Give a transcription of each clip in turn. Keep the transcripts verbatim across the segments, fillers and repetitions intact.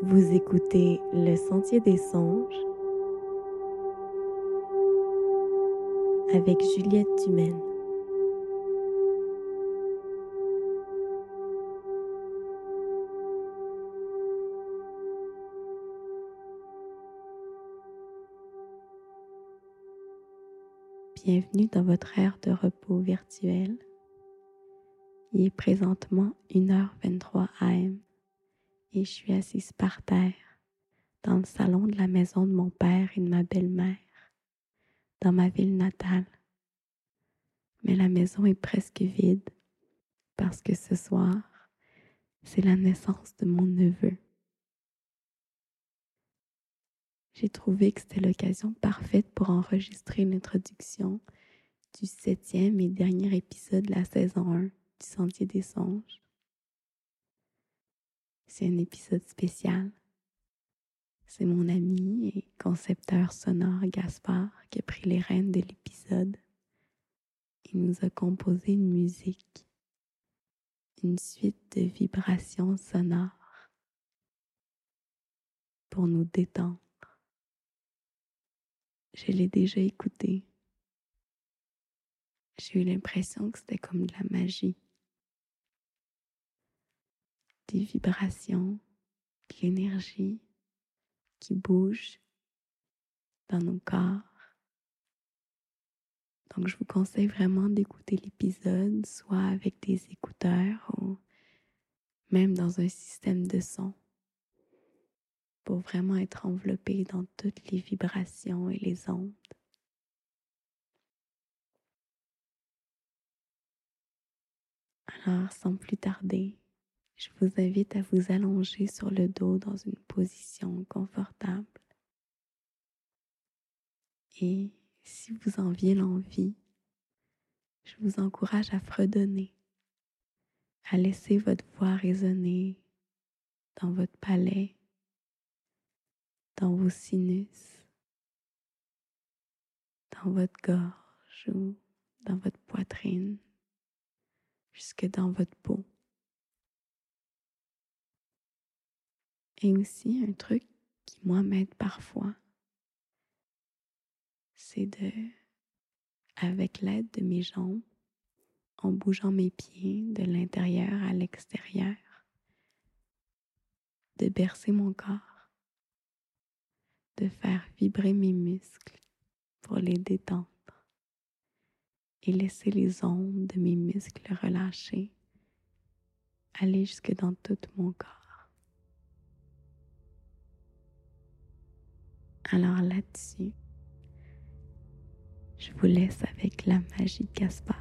Vous écoutez Le Sentier des Songes avec Juliette Dumaine. Bienvenue dans votre aire de repos virtuel. Il est présentement une heure vingt-trois A M et je suis assise par terre dans le salon de la maison de mon père et de ma belle-mère, dans ma ville natale. Mais la maison est presque vide parce que ce soir, c'est la naissance de mon neveu. J'ai trouvé que c'était l'occasion parfaite pour enregistrer l'introduction du septième et dernier épisode de la saison un du Sentier des Songes. C'est un épisode spécial. C'est mon ami et concepteur sonore Gaspard qui a pris les rênes de l'épisode. Il nous a composé une musique, une suite de vibrations sonores pour nous détendre. Je l'ai déjà écouté. J'ai eu l'impression que c'était comme de la magie. Des vibrations, de l'énergie qui bouge dans nos corps. Donc, je vous conseille vraiment d'écouter l'épisode, soit avec des écouteurs ou même dans un système de son, pour vraiment être enveloppé dans toutes les vibrations et les ondes. Alors, sans plus tarder, je vous invite à vous allonger sur le dos dans une position confortable. Et si vous en vient l'envie, je vous encourage à fredonner, à laisser votre voix résonner dans votre palais, dans vos sinus, dans votre gorge ou dans votre poitrine, jusque dans votre peau. Et aussi, un truc qui, moi, m'aide parfois, c'est de, avec l'aide de mes jambes, en bougeant mes pieds de l'intérieur à l'extérieur, de bercer mon corps, de faire vibrer mes muscles pour les détendre et laisser les ondes de mes muscles relâchés aller jusque dans tout mon corps. Alors là-dessus, je vous laisse avec la magie de Gaspard.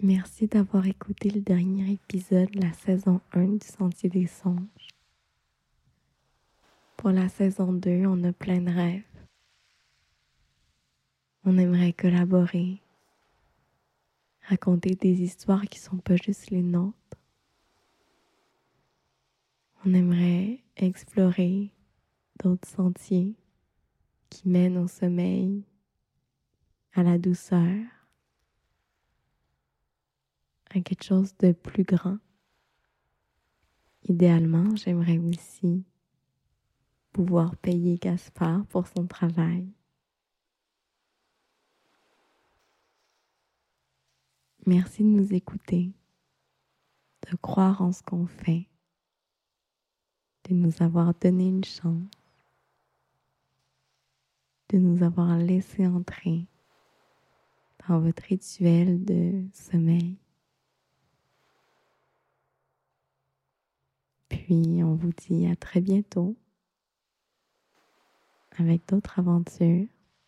Merci d'avoir écouté le dernier épisode de la saison un du Sentier des Songes. Pour la saison deux, on a plein de rêves. On aimerait collaborer, raconter des histoires qui sont pas juste les nôtres. On aimerait explorer d'autres sentiers qui mènent au sommeil, à la douceur, à quelque chose de plus grand. Idéalement, j'aimerais aussi pouvoir payer Gaspard pour son travail. Merci de nous écouter, de croire en ce qu'on fait, de nous avoir donné une chance, de nous avoir laissé entrer dans votre rituel de sommeil. Puis on vous dit à très bientôt avec d'autres aventures,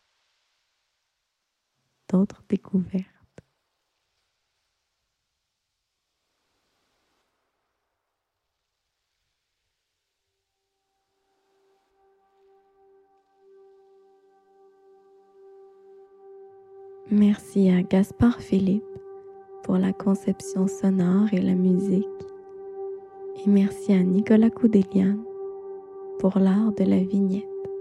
d'autres découvertes. Merci à Gaspard Philippe pour la conception sonore et la musique. Et merci à Nicolas Coudelian pour l'art de la vignette.